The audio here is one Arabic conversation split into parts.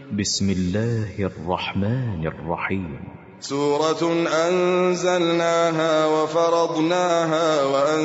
بسم الله الرحمن الرحيم. سورة أنزلناها وفرضناها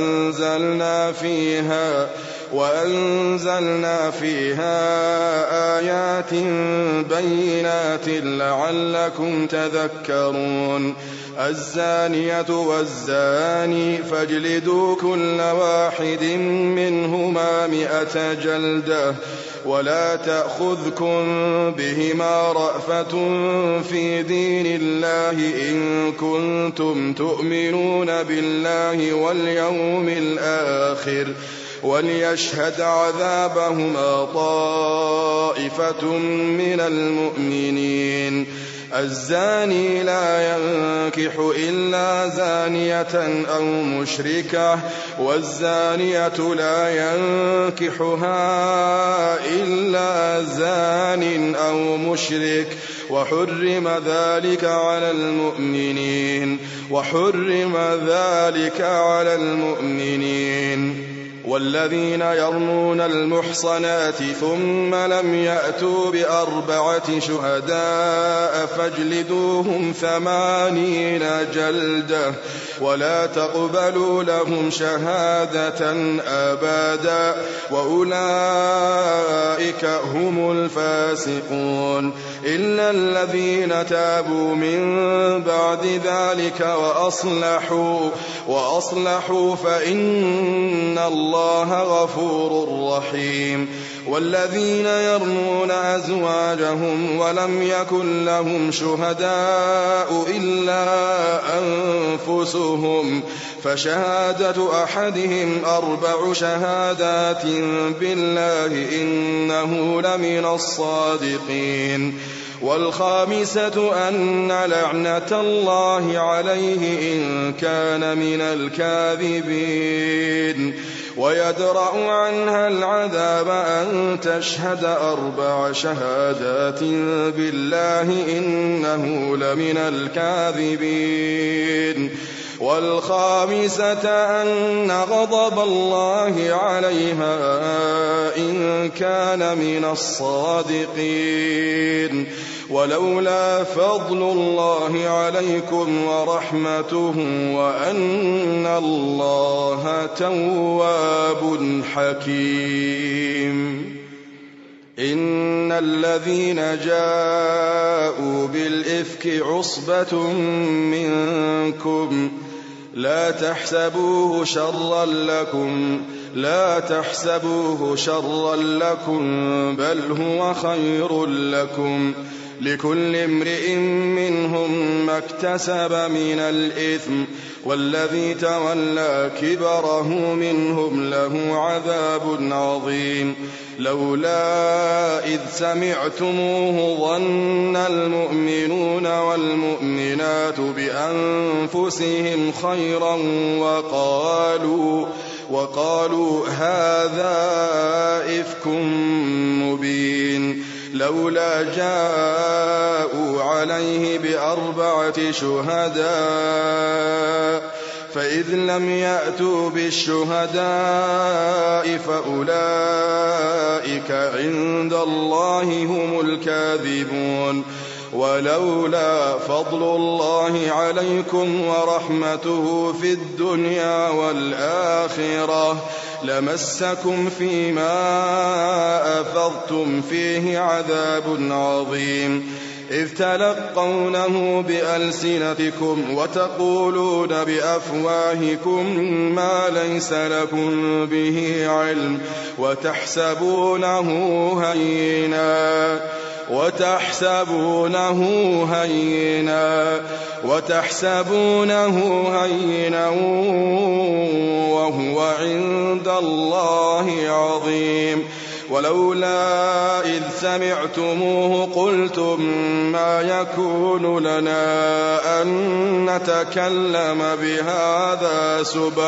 وأنزلنا فيها آيات بينات لعلكم تذكرون. الزانية والزاني فاجلدوا كل واحد منهما 100 جلدة ولا تأخذكم بهما رأفة في دين الله إن كنتم تؤمنون بالله واليوم الآخر وليشهد عذابهما طائفة من المؤمنين. الزاني لا ينكح إلا زانية أو مشركة والزانية لا ينكحها إلا زان أو مشرك وحرم ذلك على المؤمنين. والذين يرمون المحصنات ثم لم يأتوا ب4 شهداء فاجلدوهم 80 جلدة ولا تقبلوا لهم شهادة أبدا وأولئك هم الفاسقون إلا الذين تابوا من بعد ذلك وأصلحوا فإن الله غفور رحيم. والذين يرمون أزواجهم ولم يكن لهم شهداء إلا أنفسهم فشهادة أحدهم 4 شهادات بالله إنه لمن الصادقين. والخامسة أن لعنة الله عليه إن كان من الكاذبين. ويدرأ عنها العذاب أن تشهد 4 شهادات بالله إنه لمن الكاذبين. والخامسة أن غضب الله عليها إن كان من الصادقين. ولولا فضل الله عليكم ورحمته وأن الله تواب حكيم. إن الذين جاءوا بالإفك عصبة منكم لا تحسبوه شرا لكم بل هو خير لكم. لكل امرئ منهم ما اكتسب من الإثم والذي تولى كبره منهم له عذاب عظيم. لولا إذ سمعتموه ظن المؤمنون والمؤمنات بأنفسهم خيرا وقالوا هذا إفك مبين. لولا جاءوا عليه ب4 شهداء فإذ لم يأتوا بالشهداء فأولئك عند الله هم الكاذبون. ولولا فضل الله عليكم ورحمته في الدنيا والآخرة لمسكم فيما أفضتم فيه عذاب عظيم. إذ تلقونه بألسنتكم وتقولون بأفواهكم ما ليس لكم به علم وتحسبونه هينا وهو عند الله عظيم. ولولا إذ سمعتموه قلتم ما يكون لنا أن نتكلم بهذا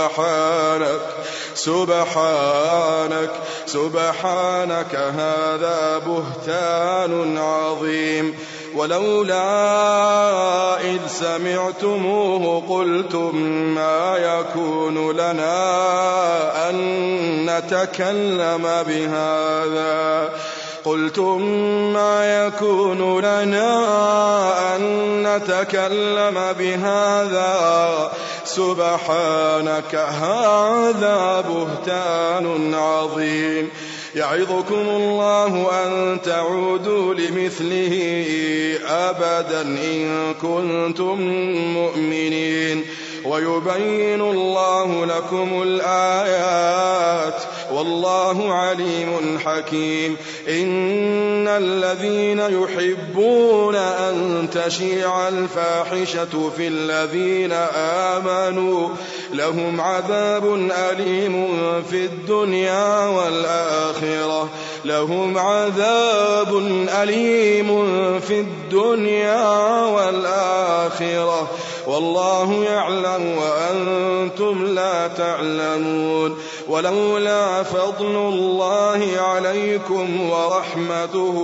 سبحانك هذا بهتان عظيم. ولولا إذ سمعتموه قلتم ما يكون لنا أن نتكلم بهذا قلتم ما يكون لنا أن نتكلم بهذا سبحانك هذا بهتان عظيم يعظكم الله أن تعودوا لمثله أبدا إن كنتم مؤمنين ويبين الله لكم الآيات والله عليم حكيم إن الذين يحبون أن تشيع الفاحشة في الذين آمنوا لهم عذاب أليم في الدنيا والآخرة لهم عذاب أليم في الدنيا والآخرة والله يعلم وأنتم لا تعلمون ولولا فضل الله عليكم ورحمته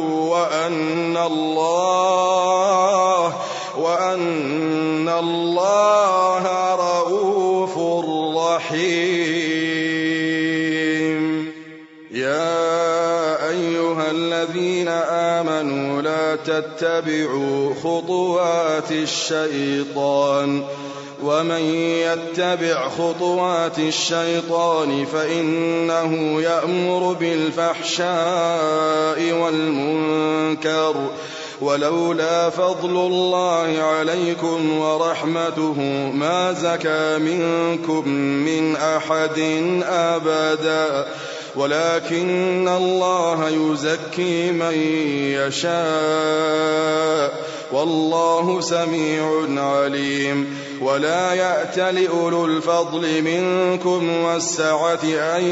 وأن الله رؤوف رحيم يا أيها الذين آمنوا لا تتبعوا خطوات الشيطان ومن يتبع خطوات الشيطان فإنه يأمر بالفحشاء والمنكر ولولا فضل الله عليكم ورحمته ما زكى منكم من أحد أبدا ولكن الله يزكي من يشاء والله سميع عليم ولا يأتل أولو الفضل منكم والسعة أن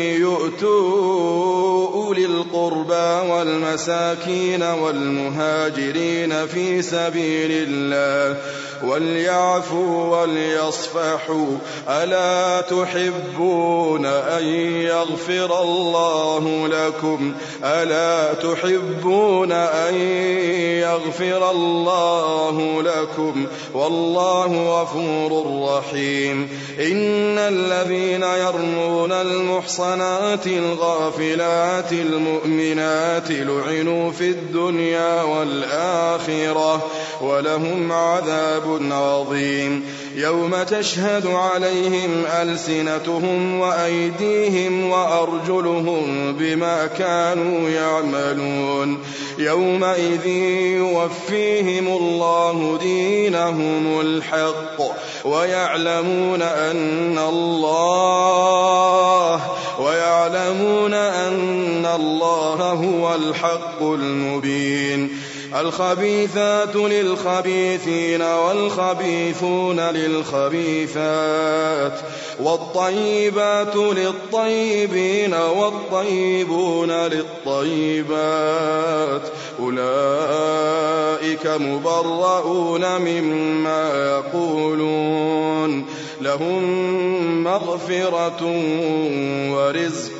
يؤتوا أولي القربى والمساكين والمهاجرين في سبيل الله وليعفوا وليصفحوا ألا تحبون أن يغفر الله لكم ألا تحبون أن يغفر الله لكم والله غفور رحيم إن الذين يرمون المحصنات الغافلات المؤمنات لعنوا في الدنيا والآخرة ولهم عذاب عظيم يوم تشهد عليهم ألسنتهم وأيديهم وأرجلهم بما كانوا يعملون يومئذ يوفيهم الله دينهم الحق ويعلمون أن الله هو الحق المبين الخبيثات للخبيثين والخبيثون للخبيثات والطيبات للطيبين والطيبون للطيبات أولئك مبرؤون مما يقولون لهم مغفرة ورزق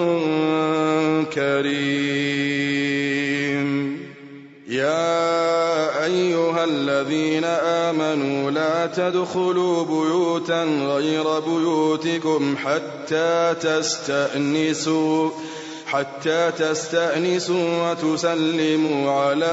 كريم يا أيها الذين آمنوا لا تدخلوا بيوتا غير بيوتكم حتى تستأنسوا وتسلموا على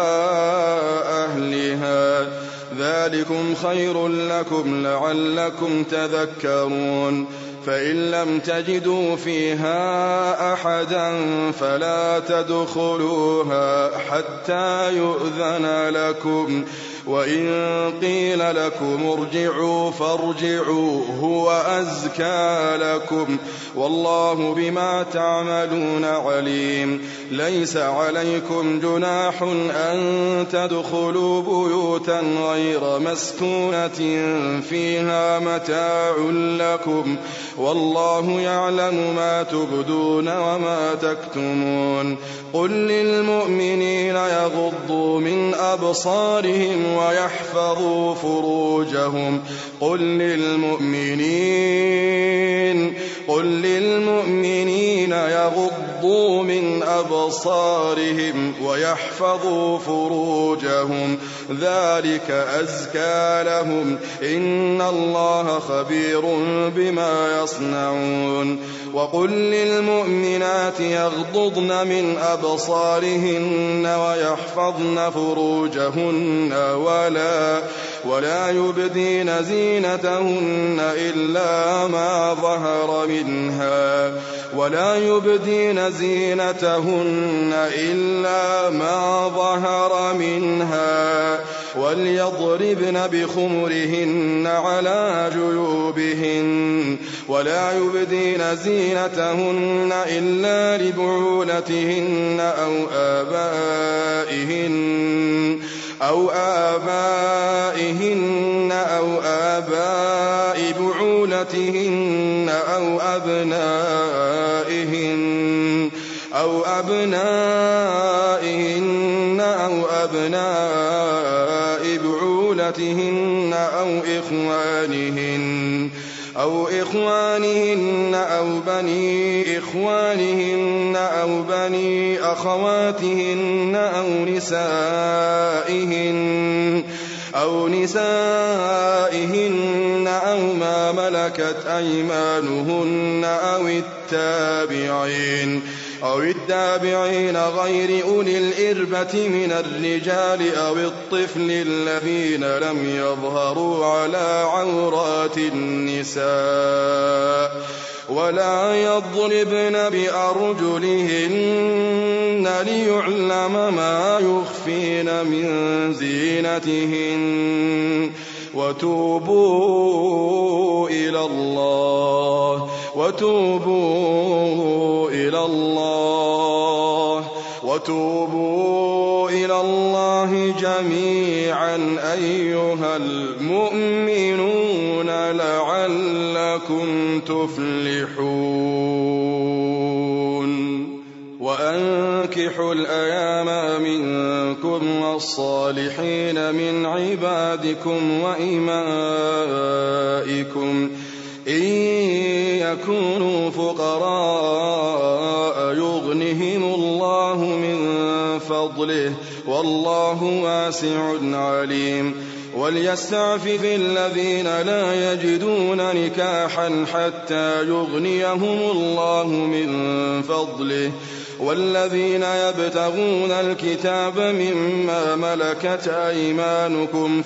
أهلها ذلكم خير لكم لعلكم تذكرون فإن لم تجدوا فيها أحدا فلا تدخلوها حتى يؤذن لكم وإن قيل لكم ارجعوا فارجعوا هو أزكى لكم والله بما تعملون عليم ليس عليكم جناح أن تدخلوا بيوتا غير مسكونة فيها متاع لكم والله يعلم ما تبدون وما تكتمون قل للمؤمنين يغضوا من أبصارهم ويحفظوا فروجهم قل للمؤمنين يغضوا يغضوا من أبصارهم ويحفظوا فروجهم ذلك أزكى لهم إن الله خبير بما يصنعون وقل للمؤمنات يغضضن من أبصارهن ويحفظن فروجهن ولا يبدين زينتهن إلا ما ظهر منها وليضربن بخمرهن على جيوبهن ولا يبدين زينتهن إلا لبعولتهن أو آبائهن أو آباء بعولتهن أو أبنائهن أو أبناء بعولتهن أو إخوانهن أو بني إخوانهن أو بني أخواتهن أو نسائهن أو ما ملكت أيمانهن أو التابعين غير أولي الإربة من الرجال أو الطفل الذين لم يظهروا على عورات النساء ولا يضربن بأرجلهن ليعلم ما يخفين من زينتهن وتوبوا إلى الله جميعا أيها المؤمنون لعلكم تفلحون وأنكحوا الأيام منكم والصالحين من عبادكم وإمائكم إن يكونوا فقراء يغنهم الله من فضله والله واسع عليم وليستعفف الذين لا يجدون نكاحا حتى يغنيهم الله من فضله والذين يبتغون الكتاب مما ملكت أيمانكم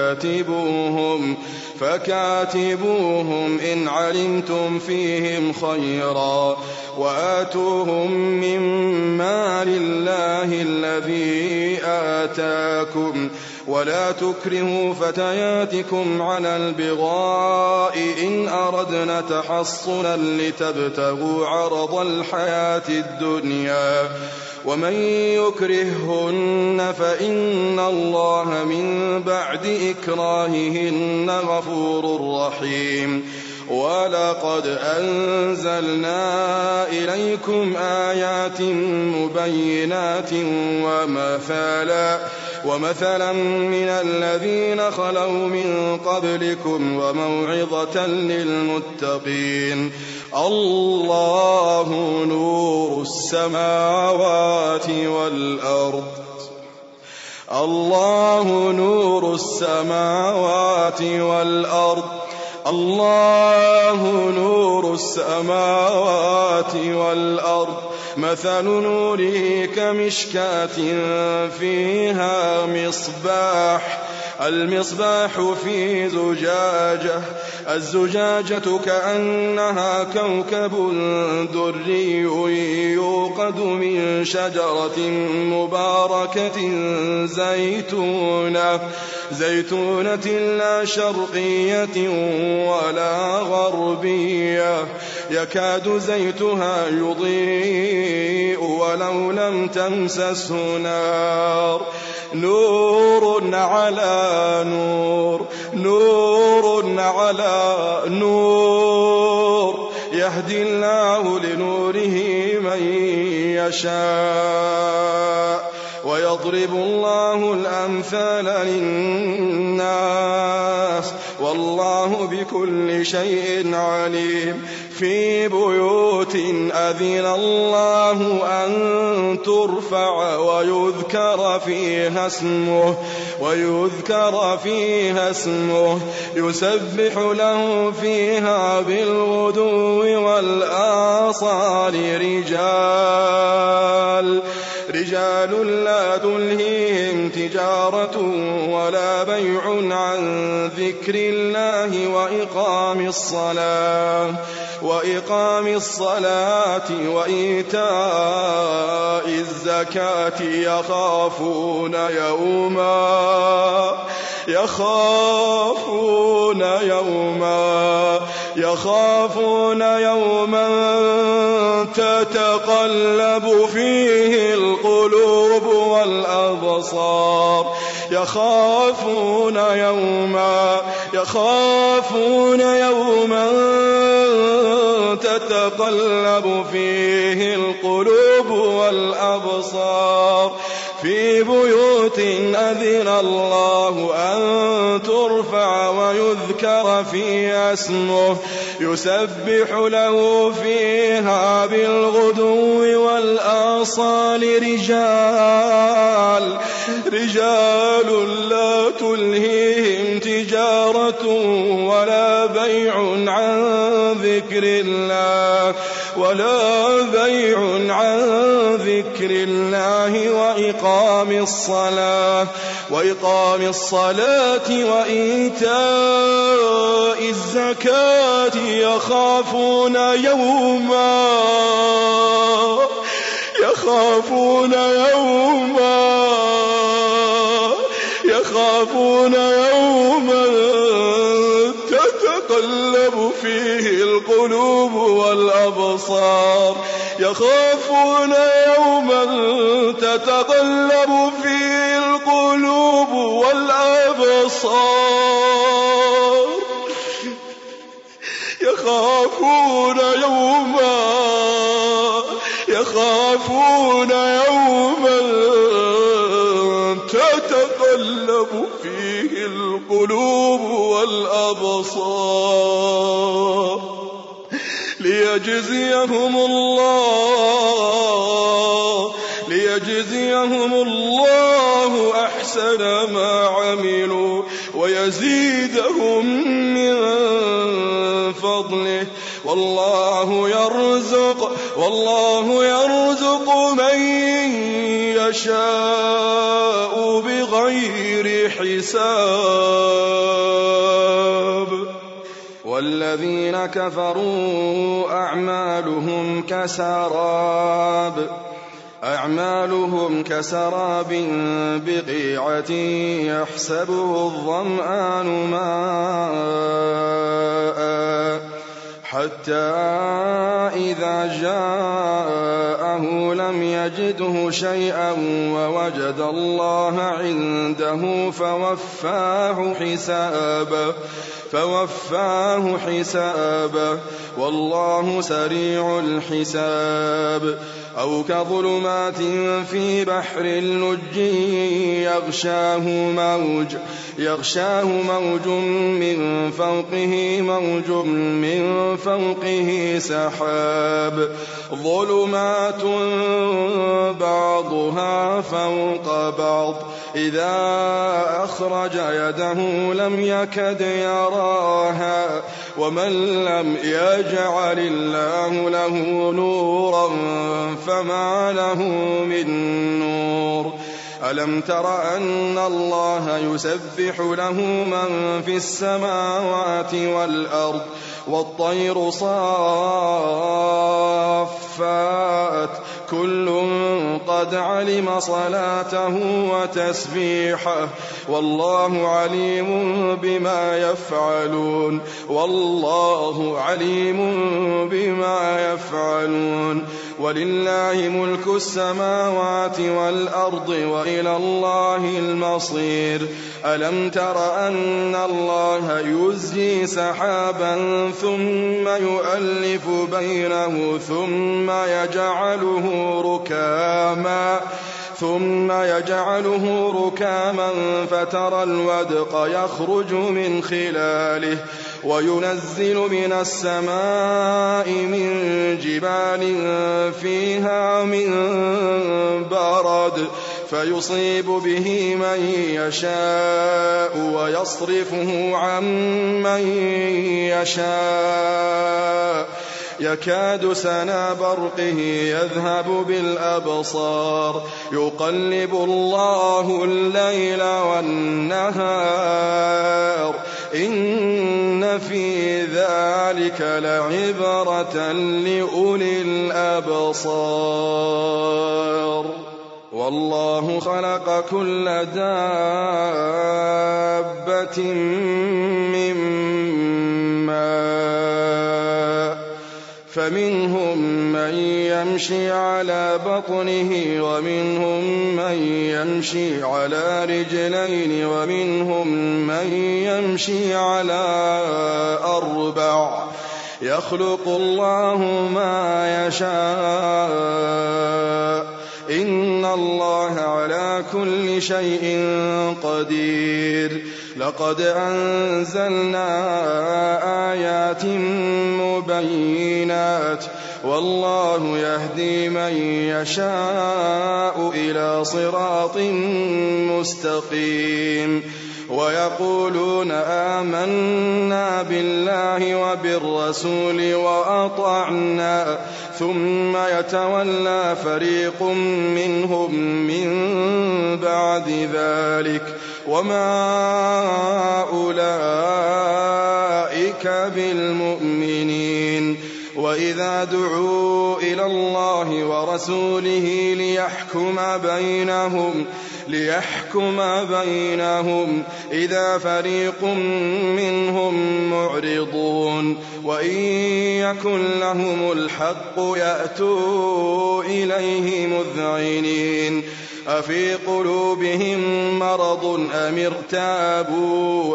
فكاتبوهم إن علمتم فيهم خيرا وآتوهم مما لله الذي آتاكم ولا تكرهوا فتياتكم على البغاء إن أردنا تحصنا لتبتغوا عرض الحياة الدنيا ومن يكرههن فإن الله من بعد إكراههن غفور رحيم ولقد أنزلنا إليكم آيات مبينات ومثلا من الذين خلوا من قبلكم وموعظة للمتقين الله نور السماوات والأرض مثل نوره كمشكاة فيها المصباح في زجاجة الزجاجة كأنها كوكب دري يوقد من شجرة مباركة زيتونة لا شرقية ولا غربية يكاد زيتها يضيء ولو لم تمسسه نار نور على نور يهدي الله لنوره من يشاء ويضرب الله الأمثال للناس والله بكل شيء عليم في بيوت أذن الله أن ترفع ويذكر فيها اسمه يسبح له فيها بالغدو والآصال رجال لا تلهيهم تجارة ولا بيع عن ذكر الله وإقام الصلاة وإيتاء الزكاة يخافون يوما تتقلب فيه القلوب والأبصار يخافون يوما تتقلب فيه القلوب والأبصار في بيوت أذن الله أن ترفع ويذكر فيها اسمه يسبح له فيها بالغدو والآصال رجال لا تلهيهم تجارة ولا بيع عن ذكر الله وإقام الصلاة وإيتاء الزكاة يخافون يوما تتقلب فيه القلوب والأبصار يخافون يوما تتقلب فيه القلوب والأبصار يخافون يوما تتقلب فيه القلوب والأبصار ليجزيهم الله أحسن ما عملوا ويزيدهم من فضله والله يرزق من يشاء بغير حساب والذين كفروا أعمالهم كسراب بقيعة يحسبه الظمآن ماء حتى إذا جاءه لم يجده شيئا ووجد الله عنده فوفاه حسابه والله سريع الحساب أو كظلمات في بحر اللج يغشاه موج من فوقه سحاب ظلمات بعضها فوق بعض إذا أخرج يده لم يكد يراها ومن لم يجعل الله له نورا فما له من نور ألم تر أن الله يسبح له من في السماوات والأرض والطير صافات كل قد علم صلاته وتسبيحه والله عليم بما يفعلون ولله ملك السماوات والأرض وإلى الله المصير ألم تر أن الله يزجي سحابا ثم يؤلف بينه ثم يجعله ركاما فترى الودق يخرج من خلاله وينزل من السماء من جبال فيها من برد فيصيب به من يشاء ويصرفه عن من يشاء يكاد سنا برقه يذهب بالأبصار يقلب الله الليل والنهار إن في ذلك لعبرة لأولي الأبصار والله خلق كل دابة من ماء فمنهم من يمشي على بطنه ومنهم من يمشي على رجلين ومنهم من يمشي على أربع يخلق الله ما يشاء إن الله على كل شيء قدير لقد أنزلنا آيات مبينات والله يهدي من يشاء إلى صراط مستقيم ويقولون آمنا بالله وبالرسول وأطعنا ثم يتولى فريق منهم من بعد ذلك وما أولئك بالمؤمنين وإذا دعوا إلى الله ورسوله ليحكم بينهم إذا فريق منهم معرضون وإن يكن لهم الحق يأتوا إليه مذعنين أفي قلوبهم مرض أم ارتابوا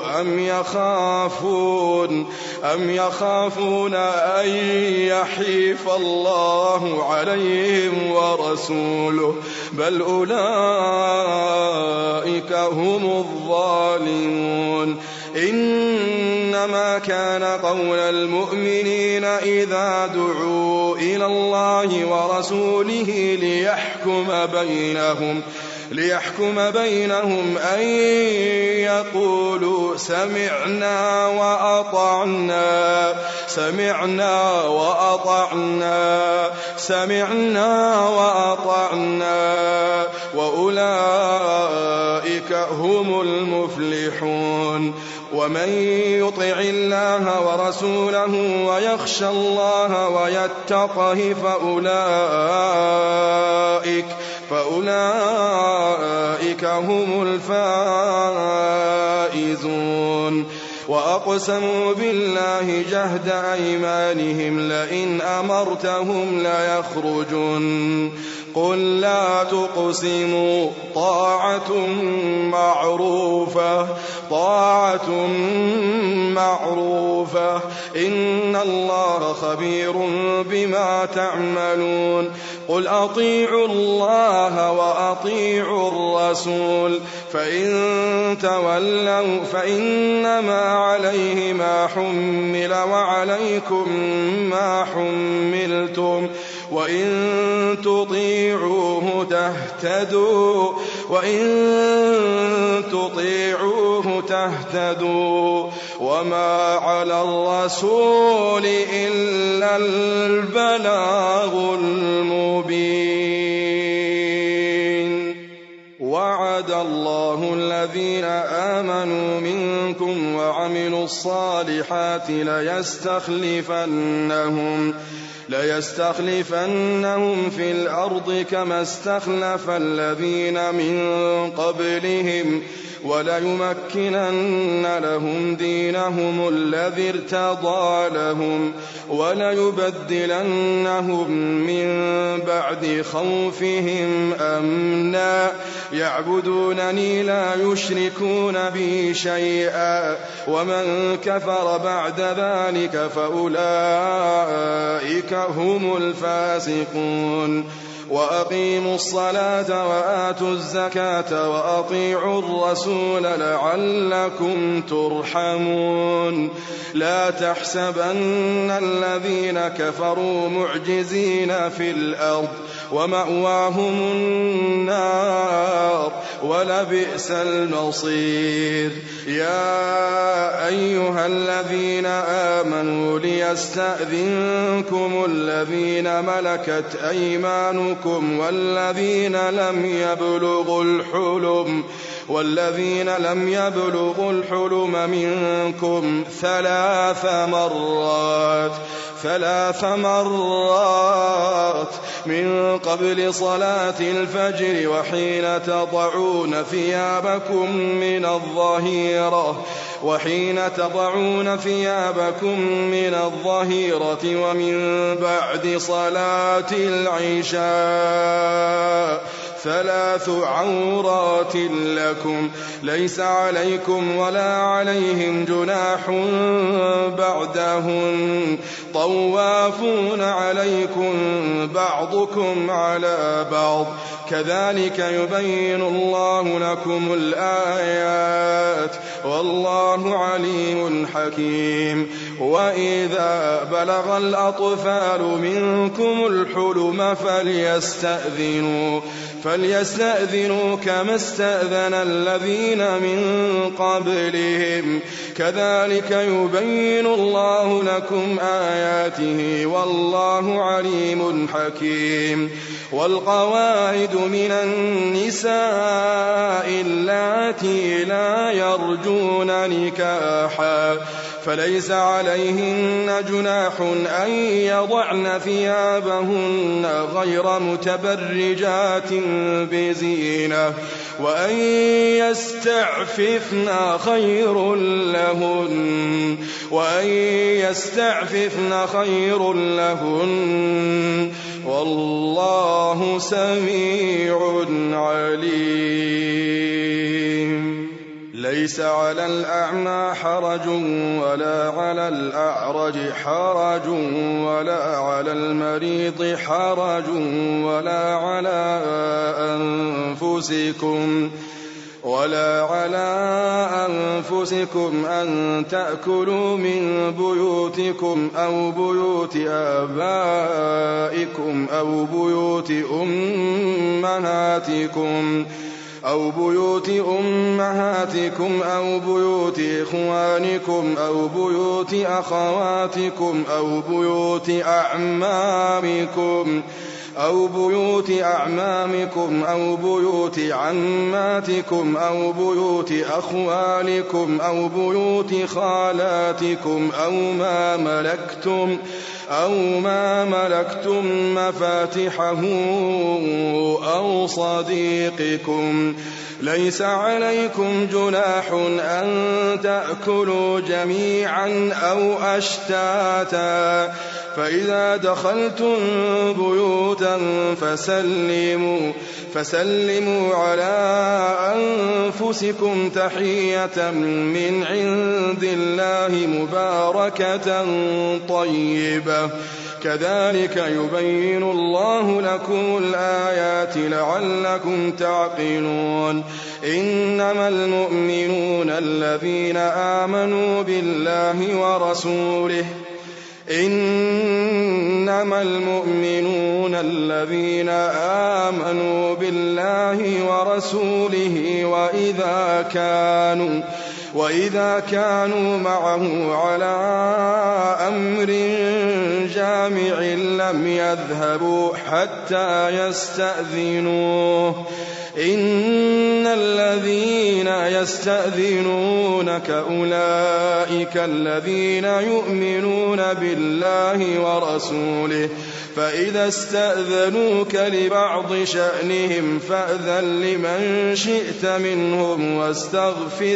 أم يخافون أن يحيف الله عليهم ورسوله بل أولئك هم الظالمون إنما كان قول المؤمنين إذا دعوا إلى الله ورسوله ليحكم بينهم أن يقولوا سمعنا وأطعنا وأولئك هم المفلحون ومن يطع الله ورسوله ويخشى الله ويتقه فأولئك هم الفائزون وأقسموا بالله جهد أيمانهم لئن أمرتهم ليخرجن قل لا تقسموا طاعة معروفة إن الله خبير بما تعملون قل أطيعوا الله وأطيعوا الرسول فإن تولوا فإنما عليه ما حمل وعليكم ما حملتم وإن تطيعوه تهتدوا وما على الرسول إلا البلاغ المبين وعد الله الذين آمنوا منكم وعملوا الصالحات ليستخلفنهم في الأرض كما استخلف الذين من قبلهم وليمكنن لهم دينهم الذي ارتضى لهم وليبدلنهم من بعد خوفهم أمنا يعبدونني لا يشركون بي شيئا ومن كفر بعد ذلك فأولئك هم الفاسقون وأقيموا الصلاة وآتوا الزكاة وأطيعوا الرسول لعلكم ترحمون لا تحسبن الذين كفروا معجزين في الأرض ومأواهم النار ولبئس المصير يا أيها الذين آمنوا ليستأذنكم الذين ملكت أيمانكم والذين لم يبلغوا الحلم منكم 3 مرات من قبل صلاة الفجر وحين تضعون ثيابكم من الظهيرة ومن بعد صلاة العشاء 3 عورات لكم ليس عليكم ولا عليهم جناح بعدهن طوافون عليكم بعضكم على بعض كذلك يبين الله لكم الآيات والله عليم حكيم وإذا بلغ الأطفال منكم الحلم فليستأذنوا كما استأذن الذين من قبلهم كذلك يبين الله لكم آياته والله عليم حكيم والقواعد من النساء اللاتي لا يرجون نكاحا فليس عليهن جناح أن يضعن ثيابهن غير متبرجات بزينة وأن يستعففن خير لهن والله سميع عليم ليس على الأعمى حرج ولا على الأعرج حرج ولا على المريض حرج ولا على أنفسكم أن تأكلوا من بيوتكم أو بيوت آبائكم أو بيوت أمهاتكم أو بيوت إخوانكم أو بيوت أخواتكم أو بيوت أعمامكم أو بيوت عماتكم أو بيوت أخوالكم أو بيوت خالاتكم أو ما ملكتم مفاتحه أو صديقكم ليس عليكم جناح أن تأكلوا جميعا أو أشتاتا فإذا دخلتم بيوتا فسلموا على أنفسكم تحية من عند الله مباركة طيبة كذلك يبين الله لكم الآيات لعلكم تعقلون إنما المؤمنون الذين آمنوا بالله ورسوله وإذا كانوا معه على أمر جامع لم يذهبوا حتى يستأذنوه إن الذين يستأذنونك أولئك الذين يؤمنون بالله ورسوله فإذا استأذنوك لبعض شأنهم فأذن لمن شئت منهم واستغفر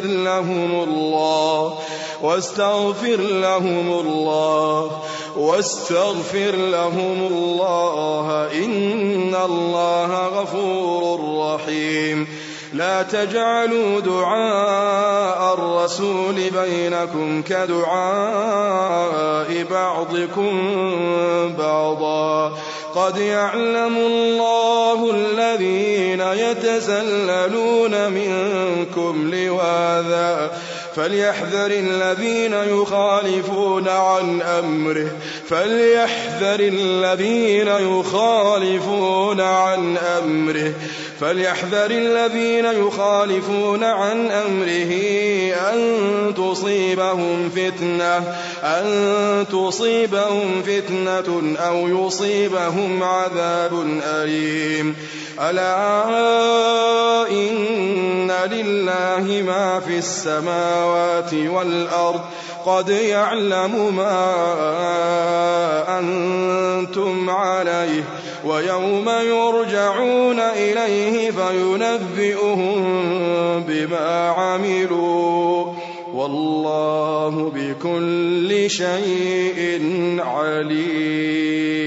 لهم الله إن الله غفور رحيم لا تجعلوا دعاء الرسول بينكم كدعاء بعضكم بعضا قد يعلم الله الذين يتسللون منكم لواذا فليحذر الذين يخالفون عن أمره أن تصيبهم فتنة أو يصيبهم عذاب أليم ألا إن لله ما في السماوات والأرض قد يعلم ما أنتم عليه ويوم يرجعون إليه فينبئهم بما عملوا والله بكل شيء عليم.